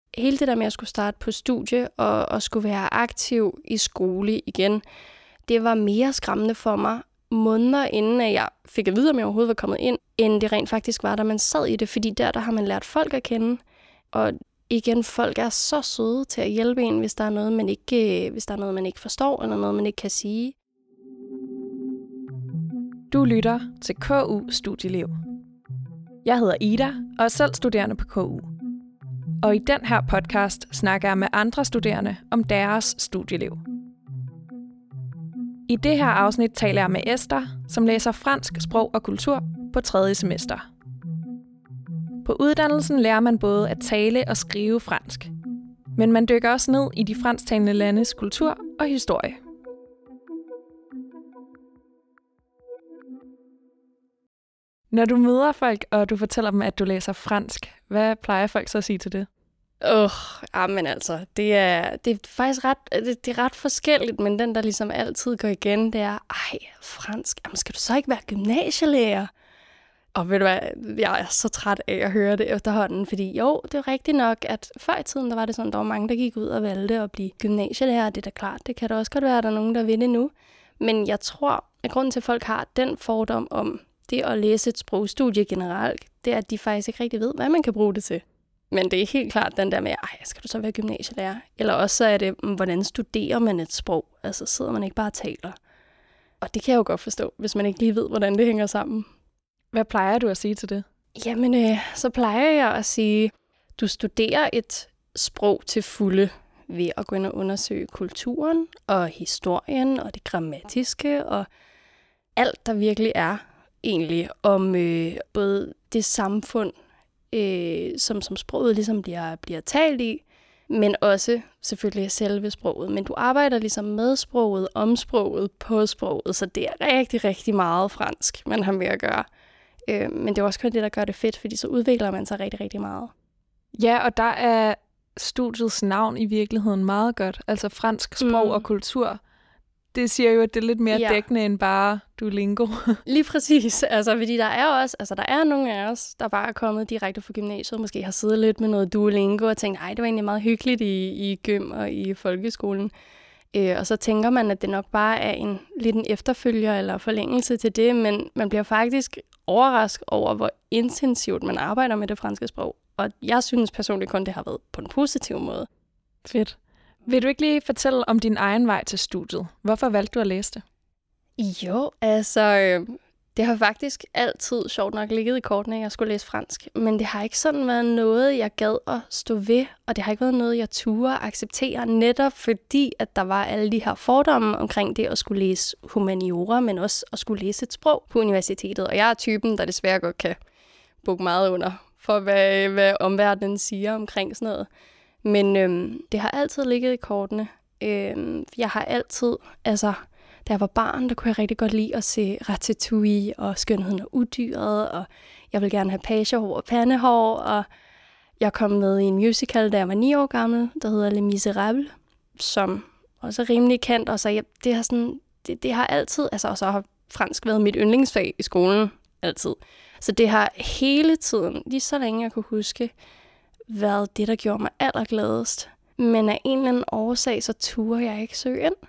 hele det der med at skulle starte på studie og skulle være aktiv i skole igen, det var mere skræmmende for mig måneder inden, at jeg fik at vide, om jeg overhovedet var kommet ind, end det rent faktisk var, da man sad i det. Fordi der har man lært folk at kende. Og igen, folk er så søde til at hjælpe en, hvis der er noget, man ikke forstår, eller noget, man ikke kan sige. Du lytter til KU Studieliv. Jeg hedder Ida, og er selv studerende på KU. Og i den her podcast snakker jeg med andre studerende om deres studieliv. I det her afsnit taler jeg med Esther, som læser fransk sprog og kultur på 3. semester. På uddannelsen lærer man både at tale og skrive fransk. Men man dykker også ned i de fransktalende landes kultur og historie. Når du møder folk, og du fortæller dem, at du læser fransk, hvad plejer folk så at sige til det? Men altså, det er faktisk ret forskelligt, men den, der ligesom altid går igen, det er, fransk, jamen skal du så ikke være gymnasielærer? Og ved du hvad, jeg er så træt af at høre det efterhånden, fordi jo, det er rigtigt nok, at før i tiden, der var det sådan, der var mange, der gik ud og valgte at blive gymnasielærer, det er da klart, det kan da også godt være, at der er nogen, der vil det nu. Men jeg tror, at grunden til, at folk har den fordom om det at læse et sprogstudie generelt, det er, at de faktisk ikke rigtig ved, hvad man kan bruge det til. Men det er helt klart den der med, skal du så være gymnasielærer? Eller også så er det, hvordan studerer man et sprog? Altså sidder man ikke bare og taler? Og det kan jeg jo godt forstå, hvis man ikke lige ved, hvordan det hænger sammen. Hvad plejer du at sige til det? Jamen, så plejer jeg at sige, du studerer et sprog til fulde ved at gå ind og undersøge kulturen og historien og det grammatiske og alt, der virkelig er egentlig om både det samfund, som sproget ligesom bliver talt i, men også selvfølgelig selve sproget. Men du arbejder ligesom med sproget, om sproget, på sproget, så det er rigtig, rigtig meget fransk, man har med at gøre. Men det er også kun det, der gør det fedt, fordi så udvikler man sig rigtig, rigtig meget. Ja, og der er studiets navn i virkeligheden meget godt. Altså fransk sprog og kultur. Det siger jo, at det er lidt mere dækkende end bare Duolingo. Lige præcis. Altså, fordi der er nogle af os, der bare er kommet direkte fra gymnasiet, måske har siddet lidt med noget Duolingo og tænkt, det var egentlig meget hyggeligt i gym og i folkeskolen. Og så tænker man, at det nok bare er lidt en efterfølger eller forlængelse til det, men man bliver faktisk overrasket over, hvor intensivt man arbejder med det franske sprog. Og jeg synes personligt kun, det har været på en positiv måde. Fedt. Vil du ikke lige fortælle om din egen vej til studiet? Hvorfor valgte du at læse det? Jo, altså, det har faktisk altid sjovt nok ligget i kortene, at jeg skulle læse fransk. Men det har ikke sådan været noget, jeg gad at stå ved, og det har ikke været noget, jeg turde acceptere, netop fordi, at der var alle de her fordomme omkring det at skulle læse humaniora, men også at skulle læse et sprog på universitetet. Og jeg er typen, der desværre godt kan bukke meget under for, hvad omverdenen siger omkring sådan noget. Men det har altid ligget i kortene. Jeg har altid, da jeg var barn, der kunne jeg rigtig godt lide at se Ratatouille og Skønheden og Udyret, og jeg ville gerne have pagehår og pandehår, og jeg kom med i en musical, da jeg var 9 år gammel, der hedder Les Misérables, som også er rimelig kendt, og så det har altid, og så har fransk været mit yndlingsfag i skolen, altid. Så det har hele tiden, lige så længe jeg kunne huske, været det, der gjorde mig allergladest. Men af en eller anden årsag, så turde jeg ikke søge ind.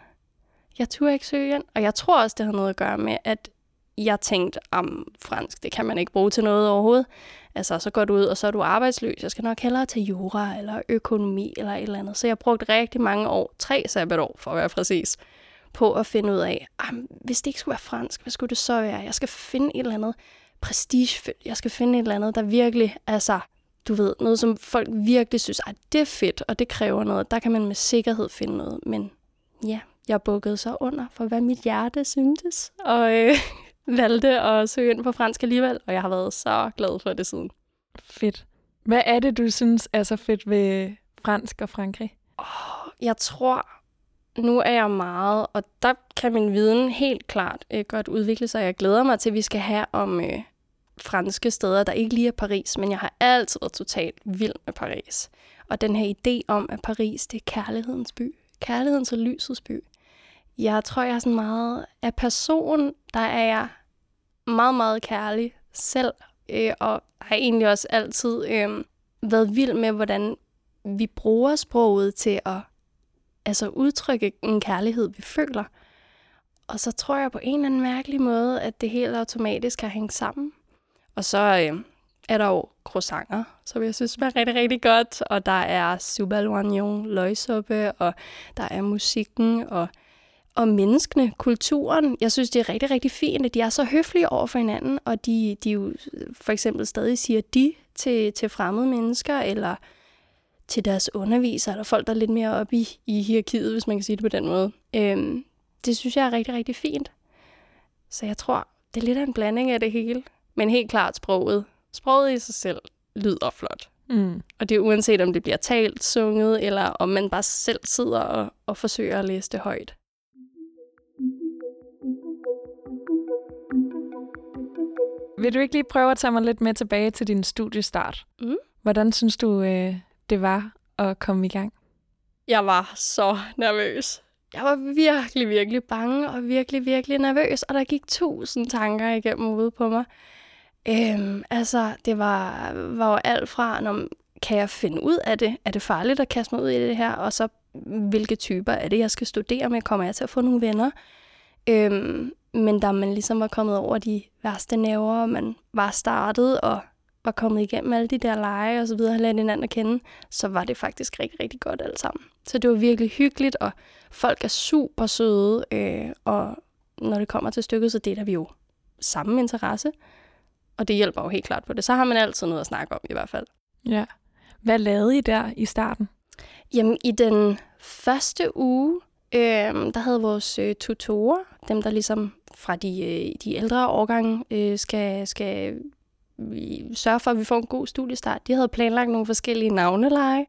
Og jeg tror også, det har noget at gøre med, at jeg tænkte, fransk, det kan man ikke bruge til noget overhovedet. Altså, så går du ud, og så er du arbejdsløs. Jeg skal nok hellere tage jura eller økonomi eller et eller andet. Så jeg brugte rigtig mange år, 3 sabbatår for at være præcis, på at finde ud af, hvis det ikke skulle være fransk, hvad skulle det så være? Jeg skal finde et eller andet prestigefyldt. Jeg skal finde et eller andet, der virkelig, du ved, noget, som folk virkelig synes, det er fedt, og det kræver noget. Der kan man med sikkerhed finde noget. Men ja, jeg bukkede så under for, hvad mit hjerte syntes, og valgte at søge ind på fransk alligevel, og jeg har været så glad for det siden. Fedt. Hvad er det, du synes er så fedt ved fransk og Frankrig? Jeg tror, nu er jeg meget, og der kan min viden helt klart godt udvikle sig. Jeg glæder mig til, at vi skal have om franske steder, der ikke lige er Paris, men jeg har altid været totalt vild med Paris. Og den her idé om, at Paris, det er kærlighedens by. Kærlighedens og lysets by. Jeg tror, jeg er sådan meget af person, der er jeg meget, meget kærlig selv, og har egentlig også altid været vild med, hvordan vi bruger sproget til at udtrykke en kærlighed, vi føler. Og så tror jeg på en eller anden mærkelig måde, at det helt automatisk kan hænge sammen. Og så er der jo croissanter, som jeg synes smager rigtig, rigtig godt. Og der er soupe à l'oignon, løgsuppe, og der er musikken og menneskene, kulturen. Jeg synes, det er rigtig, rigtig fint, at de er så høflige over for hinanden, og de jo for eksempel stadig siger de til fremmede mennesker, eller til deres undervisere, eller folk, der er lidt mere oppe i hierarkiet, hvis man kan sige det på den måde. Det synes jeg er rigtig, rigtig fint. Så jeg tror, det er lidt af en blanding af det hele. Men helt klart sproget. Sproget i sig selv lyder flot. Og det er uanset, om det bliver talt, sunget, eller om man bare selv sidder og forsøger at læse det højt. Vil du ikke lige prøve at tage mig lidt med tilbage til din studiestart? Hvordan synes du, det var at komme i gang? Jeg var så nervøs. Jeg var virkelig, virkelig bange og virkelig, virkelig nervøs, og der gik 1000 tanker igennem hovedet på mig. Det var jo alt fra, kan jeg finde ud af det? Er det farligt at kaste mig ud i det her? Og så, hvilke typer er det, jeg skal studere med? Kommer jeg til at få nogle venner? Men da man ligesom var kommet over de værste nerver, og man var startet og var kommet igennem alle de der lege og så videre, og lærte hinanden at kende, så var det faktisk rigtig, rigtig godt alt sammen. Så det var virkelig hyggeligt, og folk er super søde, og når det kommer til stykket, så deler vi jo samme interesse, og det hjælper jo helt klart på det. Så har man altid noget at snakke om i hvert fald. Ja. Hvad lavede I der i starten? Jamen, i den første uge, der havde vores tutorer, dem der ligesom fra de ældre årgange skal sørge for, at vi får en god studiestart. De havde planlagt nogle forskellige navneleje,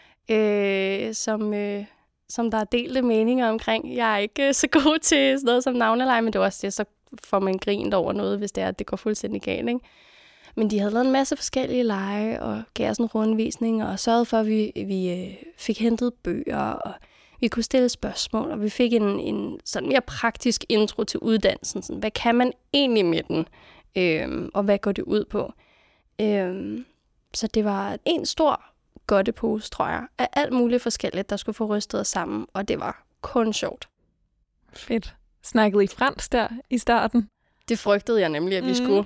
som der er delte meninger omkring. Jeg er ikke så god til sådan noget som navneleje, men det er også det, så får man grint over noget, hvis det er, at det går fuldstændig galt, ikke? Men de havde lavet en masse forskellige lege og gav os en rundvisning og sørgede for, at vi fik hentet bøger, og vi kunne stille spørgsmål, og vi fik en sådan mere praktisk intro til uddannelsen. Sådan, hvad kan man egentlig med den, og hvad går det ud på? Så det var en stor godtepose, tror jeg, af alt muligt forskelligt, der skulle få rystet os sammen, og det var kun sjovt. Fedt. Snakkede I fransk der i starten? Det frygtede jeg nemlig, at vi skulle.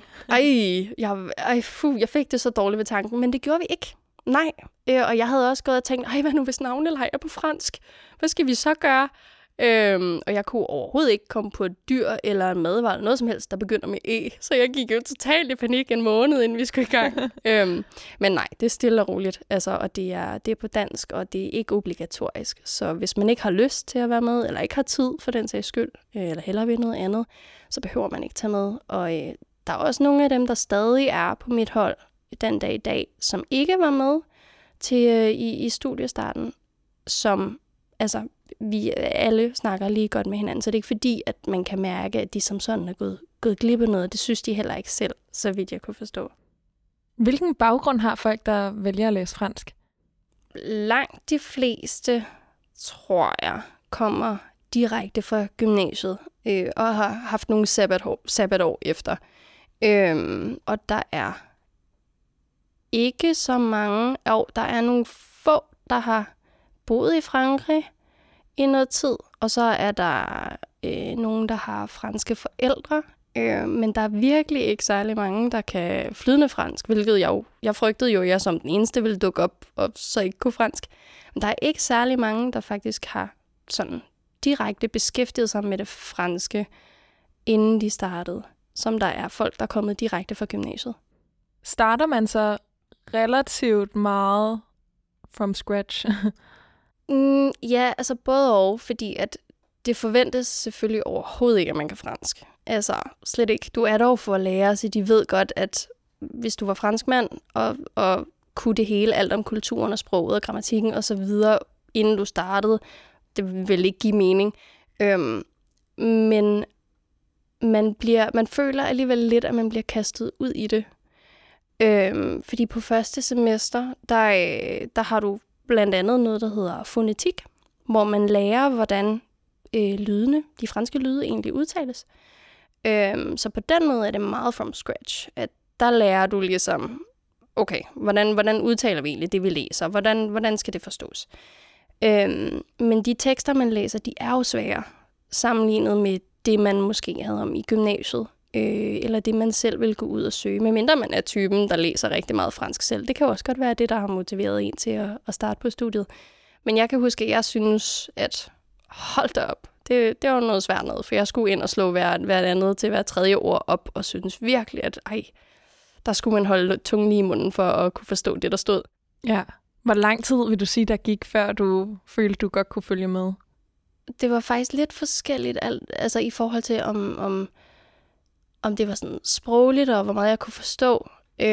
Jeg fik det så dårligt ved tanken, men det gjorde vi ikke. Nej, og jeg havde også gået og tænkt, hvad nu hvis navneleje er på fransk? Hvad skal vi så gøre? Og jeg kunne overhovedet ikke komme på et dyr eller en madvarer eller noget som helst, der begynder med E. Så jeg gik jo totalt i panik en måned, inden vi skulle i gang. Men nej, det er stille og roligt. Og det er på dansk, og det er ikke obligatorisk. Så hvis man ikke har lyst til at være med, eller ikke har tid for den sags skyld, eller hellere vil noget andet, så behøver man ikke tage med. Og der er også nogle af dem, der stadig er på mit hold den dag i dag, som ikke var med til i studiestarten, som vi alle snakker lige godt med hinanden, så det er ikke fordi, at man kan mærke, at de som sådan er gået glip af noget. Det synes de heller ikke selv, så vidt jeg kunne forstå. Hvilken baggrund har folk, der vælger at læse fransk? Langt de fleste, tror jeg, kommer direkte fra gymnasiet og har haft nogle sabbatår efter. Og der er ikke så mange. Der er nogle få, der har boet i Frankrig i noget tid, og så er der nogen, der har franske forældre, men der er virkelig ikke særlig mange, der kan flydende fransk, hvilket jeg frygtede jo, jeg som den eneste ville dukke op, og så ikke kunne fransk. Men der er ikke særlig mange, der faktisk har sådan direkte beskæftiget sig med det franske, inden de startede, som der er folk, der er kommet direkte fra gymnasiet. Starter man så relativt meget from scratch? Ja, både og, fordi at det forventes selvfølgelig overhovedet ikke, at man kan fransk. Slet ikke. Du er dog for at lære, så de ved godt, at hvis du var franskmand og kunne det hele, alt om kulturen og sproget og grammatikken og så videre, inden du startede, det ville ikke give mening. Men man føler alligevel lidt, at man bliver kastet ud i det. Fordi på første semester, der har du blandt andet noget, der hedder fonetik, hvor man lærer, hvordan de franske lyde egentlig udtales. Så på den måde er det meget from scratch. At der lærer du ligesom okay, hvordan udtaler vi egentlig det, vi læser? Hvordan skal det forstås? Men de tekster, man læser, de er jo svære sammenlignet med det, man måske havde om i gymnasiet, eller det, man selv vil gå ud og søge, medmindre man er typen, der læser rigtig meget fransk selv. Det kan jo også godt være det, der har motiveret en til at starte på studiet. Men jeg kan huske, at jeg synes, at hold da op, det var noget svært noget, for jeg skulle ind og slå hvert andet til hver tredje ord op, og synes virkelig, at der skulle man holde tungen lige i munden for at kunne forstå det, der stod. Ja. Hvor lang tid vil du sige, der gik, før du følte, du godt kunne følge med? Det var faktisk lidt forskelligt, altså i forhold til, om det var sådan sprogligt, og hvor meget jeg kunne forstå.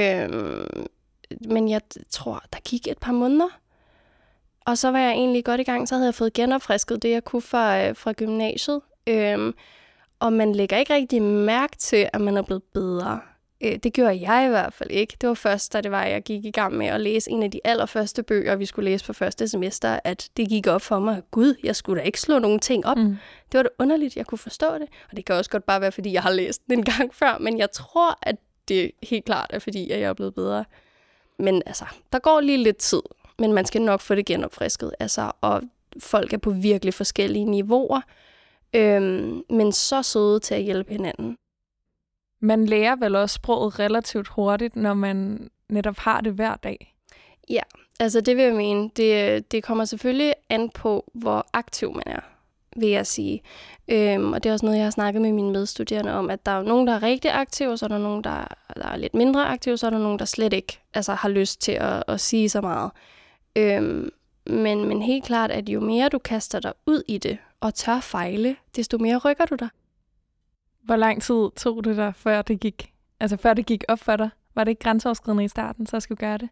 Men jeg tror, der gik et par måneder. Og så var jeg egentlig godt i gang, så havde jeg fået genopfrisket det, jeg kunne fra gymnasiet. Og man lægger ikke rigtig mærke til, at man er blevet bedre. Det gjorde jeg i hvert fald ikke. Det var først, da jeg gik i gang med at læse en af de allerførste bøger, vi skulle læse på første semester, at det gik op for mig, gud, jeg skulle da ikke slå nogen ting op. Det var det underligt, jeg kunne forstå det. Og det kan også godt bare være, fordi jeg har læst den en gang før, men jeg tror, at det helt klart er, fordi at jeg er blevet bedre. Men altså, der går lige lidt tid, men man skal nok få det genopfrisket. Altså, og folk er på virkelig forskellige niveauer, men så søde til at hjælpe hinanden. Man lærer vel også sproget relativt hurtigt, når man netop har det hver dag? Ja, altså det vil jeg mene. Det kommer selvfølgelig an på, hvor aktiv man er, vil jeg sige. Og det er også noget, jeg har snakket med mine medstuderende om, at der er nogen, der er rigtig aktive, så er der nogen, der er lidt mindre aktive, så er der nogen, der slet ikke har lyst til at sige så meget. Men helt klart, at jo mere du kaster dig ud i det, og tør fejle, desto mere rykker du dig. Hvor lang tid tog det dig, før det gik op for dig? Var det ikke grænseoverskridende i starten, så jeg skulle gøre det?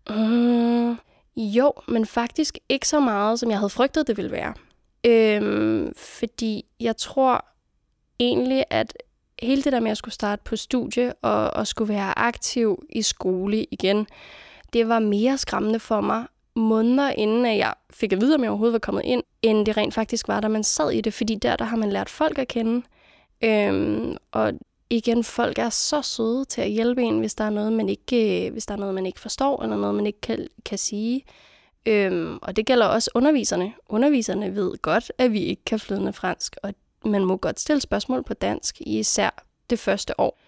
Jo, men faktisk ikke så meget, som jeg havde frygtet, det ville være. Fordi jeg tror egentlig, at hele det der med at skulle starte på studie og skulle være aktiv i skole igen, det var mere skræmmende for mig måneder inden, at jeg fik at vide, om jeg overhovedet var kommet ind, end det rent faktisk var, da man sad i det. Fordi der har man lært folk at kende. Og igen, folk er så søde til at hjælpe en, hvis der er noget, man ikke forstår, eller noget, man ikke kan sige. Og det gælder også underviserne. Underviserne ved godt, at vi ikke kan flydende fransk, og man må godt stille spørgsmål på dansk, især det første år.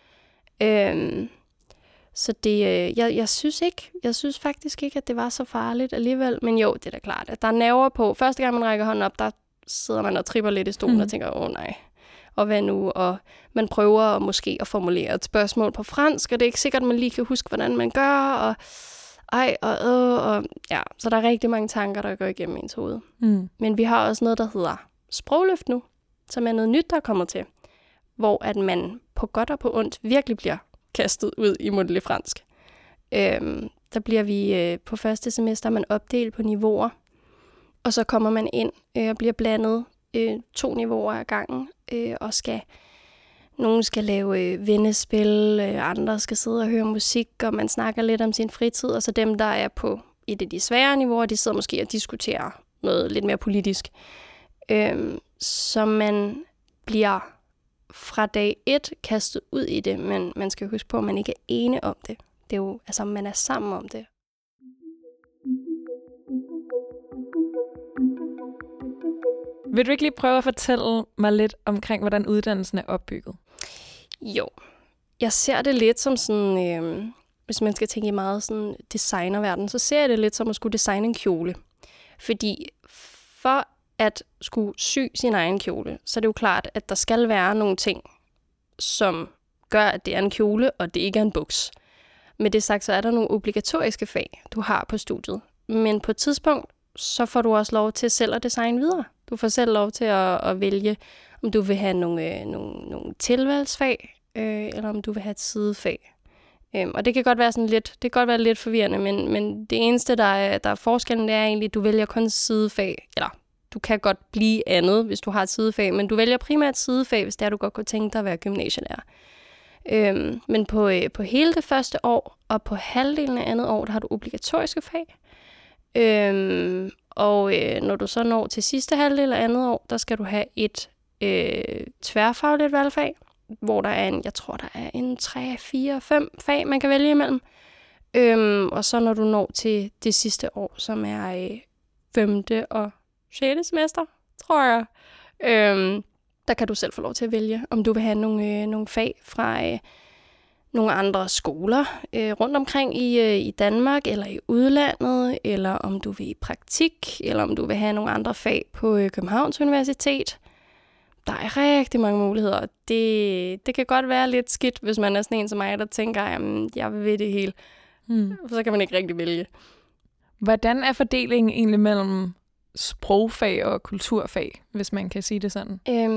Så det, jeg synes faktisk ikke, at det var så farligt alligevel. Men jo, det er da klart, at der er nerver på. Første gang, man rækker hånden op, der sidder man og tripper lidt i stolen og tænker, nej, og hvad nu? Og man prøver måske at formulere et spørgsmål på fransk, og det er ikke sikkert, at man lige kan huske, hvordan man gør, og ja, så der er rigtig mange tanker, der går igennem ens hoved. Men vi har også noget, der hedder sprogløft nu, som er noget nyt, der kommer til, hvor at man på godt og på ondt virkelig bliver kastet ud i mundtlig fransk. Der bliver vi på første semester, man opdelt på niveauer, og så kommer man ind og bliver blandet 2 niveauer ad gangen, og nogen skal lave vennespil, andre skal sidde og høre musik, og man snakker lidt om sin fritid, og så dem, der er på et af de svære niveauer, de sidder måske og diskuterer noget lidt mere politisk. Så man bliver fra dag 1 kastet ud i det, men man skal huske på, at man ikke er ene om det. Det er jo, man er sammen om det. Vil du ikke lige prøve at fortælle mig lidt omkring, hvordan uddannelsen er opbygget? Jo, jeg ser det lidt som sådan, hvis man skal tænke i meget sådan designerverden, så ser jeg det lidt som at skulle designe en kjole. Fordi for at skulle sy sin egen kjole, så er det jo klart, at der skal være nogle ting, som gør, at det er en kjole, og det ikke er en buks. Med det sagt, så er der nogle obligatoriske fag, du har på studiet. Men på et tidspunkt, så får du også lov til selv at designe videre. Du får selv lov til at vælge, om du vil have nogle tilvalgsfag, eller om du vil have et sidefag. Og det kan godt være sådan lidt forvirrende, men det eneste, der er forskellen, det er egentlig, at du vælger kun sidefag, eller du kan godt blive andet, hvis du har et sidefag, men du vælger primært sidefag, hvis det er, du godt kunne tænke dig at være gymnasielærer. Men på hele det første år, og på halvdelen af andet år, der har du obligatoriske fag. Og når du så når til sidste halvdel af andet år, der skal du have et tværfagligt valgfag, hvor der er jeg tror, der er 3, 4, 5 fag, man kan vælge imellem. Og så når du når til det sidste år, som er 5. og 6. semester, tror jeg, der kan du selv få lov til at vælge, om du vil have nogle fag fra nogle andre skoler rundt omkring i Danmark eller i udlandet, eller om du vil i praktik, eller om du vil have nogle andre fag på Københavns Universitet. Der er rigtig mange muligheder. Det kan godt være lidt skidt, hvis man er sådan en som mig, der tænker, jamen, jeg vil det hele. Så kan man ikke rigtig vælge. Hvordan er fordelingen egentlig mellem sprogfag og kulturfag, hvis man kan sige det sådan?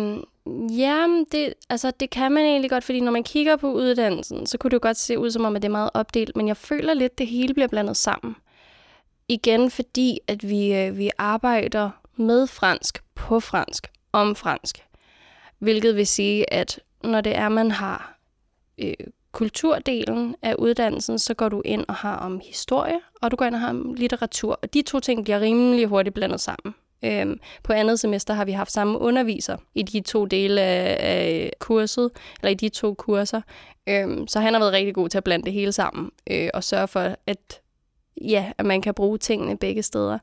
Det kan man egentlig godt, fordi når man kigger på uddannelsen, så kunne det jo godt se ud som om, at det er meget opdelt, men jeg føler lidt, at det hele bliver blandet sammen. Igen fordi, at vi arbejder med fransk, på fransk, om fransk. Hvilket vil sige, at når det er, man har kulturdelen af uddannelsen, så går du ind og har om historie, og du går ind og har om litteratur. Og de to ting bliver rimelig hurtigt blandet sammen. På andet semester har vi haft samme underviser i de to dele af kurset, eller i de to kurser. Så han har været rigtig god til at blande det hele sammen, og sørge for, at man kan bruge tingene begge steder.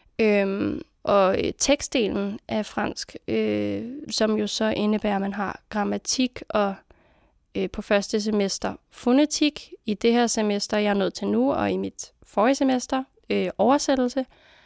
Og tekstdelen af fransk, som jo så indebærer, at man har grammatik og på første semester fonetik. I det her semester, jeg er nået til nu, og i mit forrige semester, oversættelse.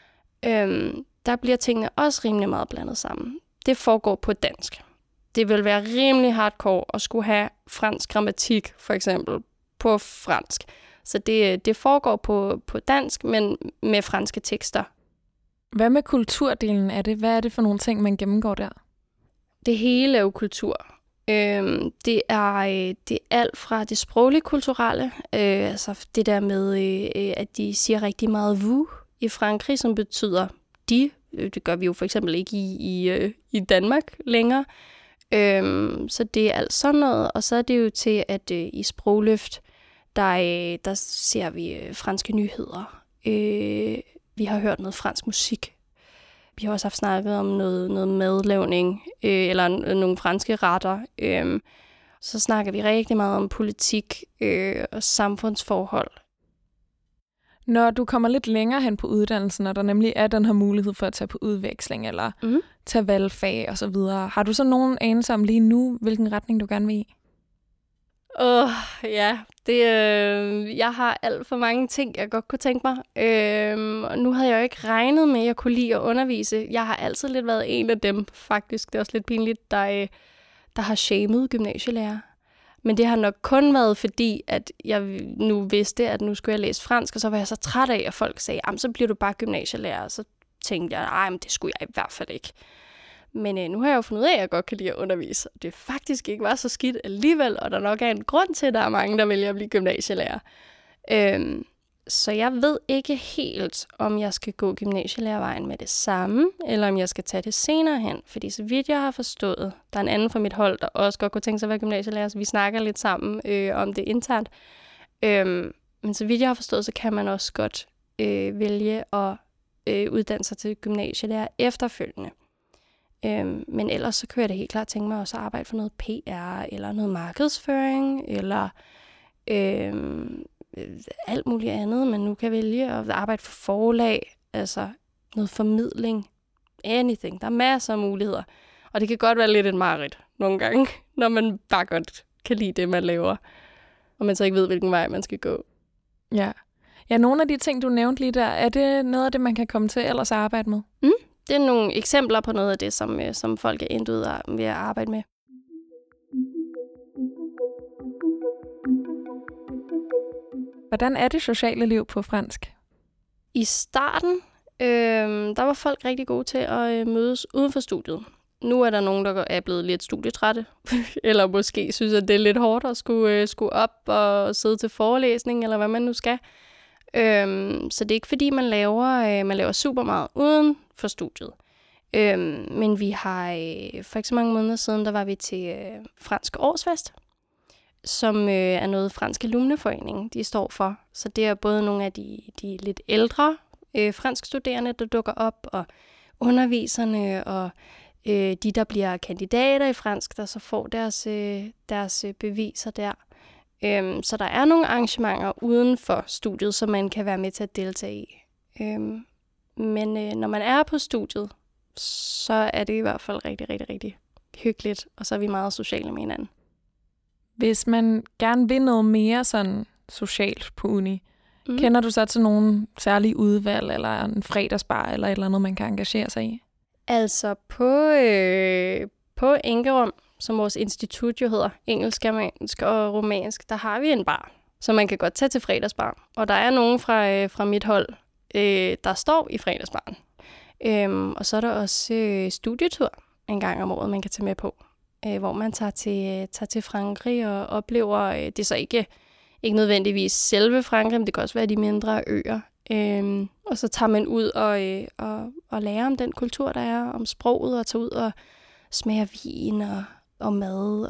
Der bliver tingene også rimelig meget blandet sammen. Det foregår på dansk. Det vil være rimelig hardcore at skulle have fransk grammatik, for eksempel, på fransk. Så det foregår på dansk, men med franske tekster. Hvad med kulturdelen af det? Hvad er det for nogle ting, man gennemgår der? Det hele er jo kultur. Det er alt fra det sproglige kulturelle, altså det der med, at de siger rigtig meget vous i Frankrig, som betyder de. Det gør vi jo for eksempel ikke i Danmark længere. Så det er alt sådan noget, og så er det jo til, at i Sprogløft, der ser vi franske nyheder. Vi har hørt noget fransk musik. Vi har også haft snakket om noget madlavning, eller nogle franske retter. Så snakker vi rigtig meget om politik og samfundsforhold. Når du kommer lidt længere hen på uddannelsen, og der nemlig er den her mulighed for at tage på udveksling, eller tage valgfag og så videre, har du så nogen anelse om lige nu, hvilken retning du gerne vil i? Jeg har alt for mange ting, jeg godt kunne tænke mig. Og nu havde jeg jo ikke regnet med, at jeg kunne lide at undervise. Jeg har altid lidt været en af dem, faktisk. Det er også lidt pinligt, der har shamed gymnasielærer. Men det har nok kun været fordi, at jeg nu vidste, at nu skulle jeg læse fransk, og så var jeg så træt af, at folk sagde, så bliver du bare gymnasielærer. Og så tænkte jeg, men det skulle jeg i hvert fald ikke. Men nu har jeg jo fundet ud af, at jeg godt kan lide at undervise. Og det faktisk ikke var så skidt alligevel, og der nok er en grund til, at der er mange, der vælger at blive gymnasielærer. Så jeg ved ikke helt, om jeg skal gå gymnasielærervejen med det samme, eller om jeg skal tage det senere hen. Fordi så vidt jeg har forstået, der er en anden fra mit hold, der også godt kunne tænke sig at være gymnasielærer, så vi snakker lidt sammen om det internt. Men så vidt jeg har forstået, så kan man også godt vælge at uddanne sig til gymnasielærer efterfølgende. Men ellers så kunne jeg da helt klart tænke mig også at arbejde for noget PR, eller noget markedsføring, eller alt muligt andet, man nu kan vælge at arbejde for forlag, altså noget formidling, anything. Der er masser af muligheder. Og det kan godt være lidt et mareridt nogle gange, når man bare godt kan lide det, man laver, og man så ikke ved, hvilken vej man skal gå. Ja, nogle af de ting, du nævnte lige der, er det noget af det, man kan komme til ellers at arbejde med? Det er nogle eksempler på noget af det, som folk er endt ud af ved at arbejde med. Hvordan er det sociale liv på fransk? I starten, der var folk rigtig gode til at mødes uden for studiet. Nu er der nogen, der er blevet lidt studietrætte, eller måske synes, at det er lidt hårdt at skulle op og sidde til forelæsning, eller hvad man nu skal. Så det er ikke fordi, man laver super meget uden for studiet. Men vi har for ikke så mange måneder siden, der var vi til fransk årsfest, som er noget fransk alumneforening, de står for. Så det er både nogle af de lidt ældre fransk studerende, der dukker op, og underviserne, og de, der bliver kandidater i fransk, der så får deres beviser der. Så der er nogle arrangementer uden for studiet, som man kan være med til at deltage i. Men når man er på studiet, så er det i hvert fald rigtig, rigtig, rigtig hyggeligt, og så er vi meget sociale med hinanden. Hvis man gerne vil noget mere sådan socialt på uni, kender du så til nogle særlige udvalg, eller en fredagsbar, eller et eller andet, man kan engagere sig i? Altså på Enkerum, som vores institut jo hedder, engelsk, germansk og romansk, der har vi en bar, så man kan godt tage til fredagsbar. Og der er nogen fra mit hold, der står i fredagsbaren. Og så er der også studietur en gang om året, man kan tage med på, hvor man tager til Frankrig og oplever, det er så ikke nødvendigvis selve Frankrig, men det kan også være de mindre øer. Og så tager man ud og lærer om den kultur, der er, om sproget, og tager ud og smager vin og mad.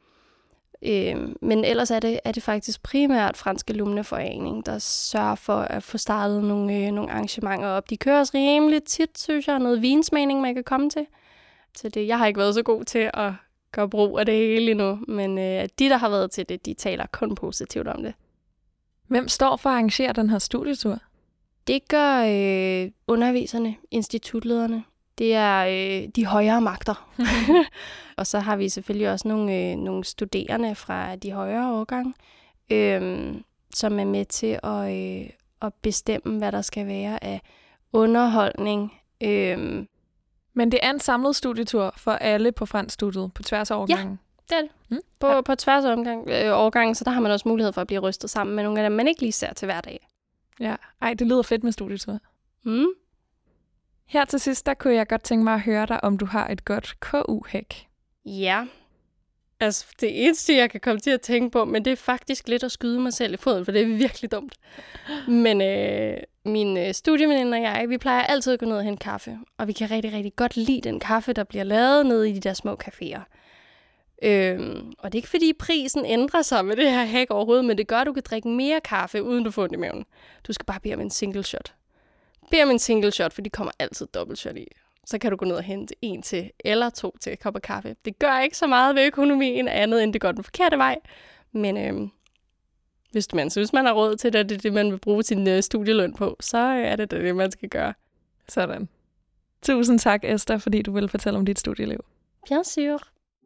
Men ellers er det faktisk primært Fransk Alumneforening, der sørger for at få startet nogle arrangementer op. De kører også rimelig tit, synes jeg, noget vinsmagning, man kan komme til. Så det, jeg har ikke været så god til at gøre brug af det hele endnu, men de, der har været til det, de taler kun positivt om det. Hvem står for at arrangere den her studietur? Det gør underviserne, institutlederne. Det er de højere magter. Og så har vi selvfølgelig også nogle studerende fra de højere årgange, som er med til at bestemme, hvad der skal være af underholdning. Men det er en samlet studietur for alle på franskstudiet på tværs af årgangen? Ja, det er det. På tværs af årgangen, så der har man også mulighed for at blive rystet sammen med nogle af dem, man ikke lige ser til hver dag. Ja, det lyder fedt med studietur. Her til sidst, der kunne jeg godt tænke mig at høre dig, om du har et godt KU-hack. Ja, altså det eneste, jeg kan komme til at tænke på, men det er faktisk lidt at skyde mig selv i foden, for det er virkelig dumt. Men mine studieveninder og jeg, vi plejer altid at gå ned og hente kaffe, og vi kan rigtig, rigtig godt lide den kaffe, der bliver lavet nede i de der små caféer. Og det er ikke fordi prisen ændrer sig med det her hack overhovedet, men det gør, at du kan drikke mere kaffe, uden du får ondt i maven. Du skal bare bede om en single shot. Bed om en single shot, for de kommer altid dobbelt shot i. Så kan du gå ned og hente 1 til eller 2 til kopper kaffe. Det gør ikke så meget ved økonomien andet, end det går den forkerte vej. Men hvis man har råd til det, det man vil bruge sin studieløn på, så er det, man skal gøre. Sådan. Tusind tak, Esther, fordi du ville fortælle om dit studieliv. Bien sûr.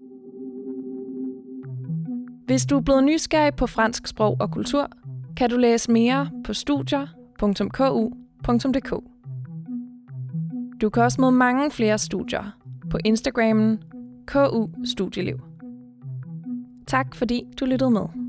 Hvis du er blevet nysgerrig på fransk sprog og kultur, kan du læse mere på studier.ku.dk. Du kan også møde mange flere studier på Instagrammen KU Studieliv. Tak fordi du lyttede med.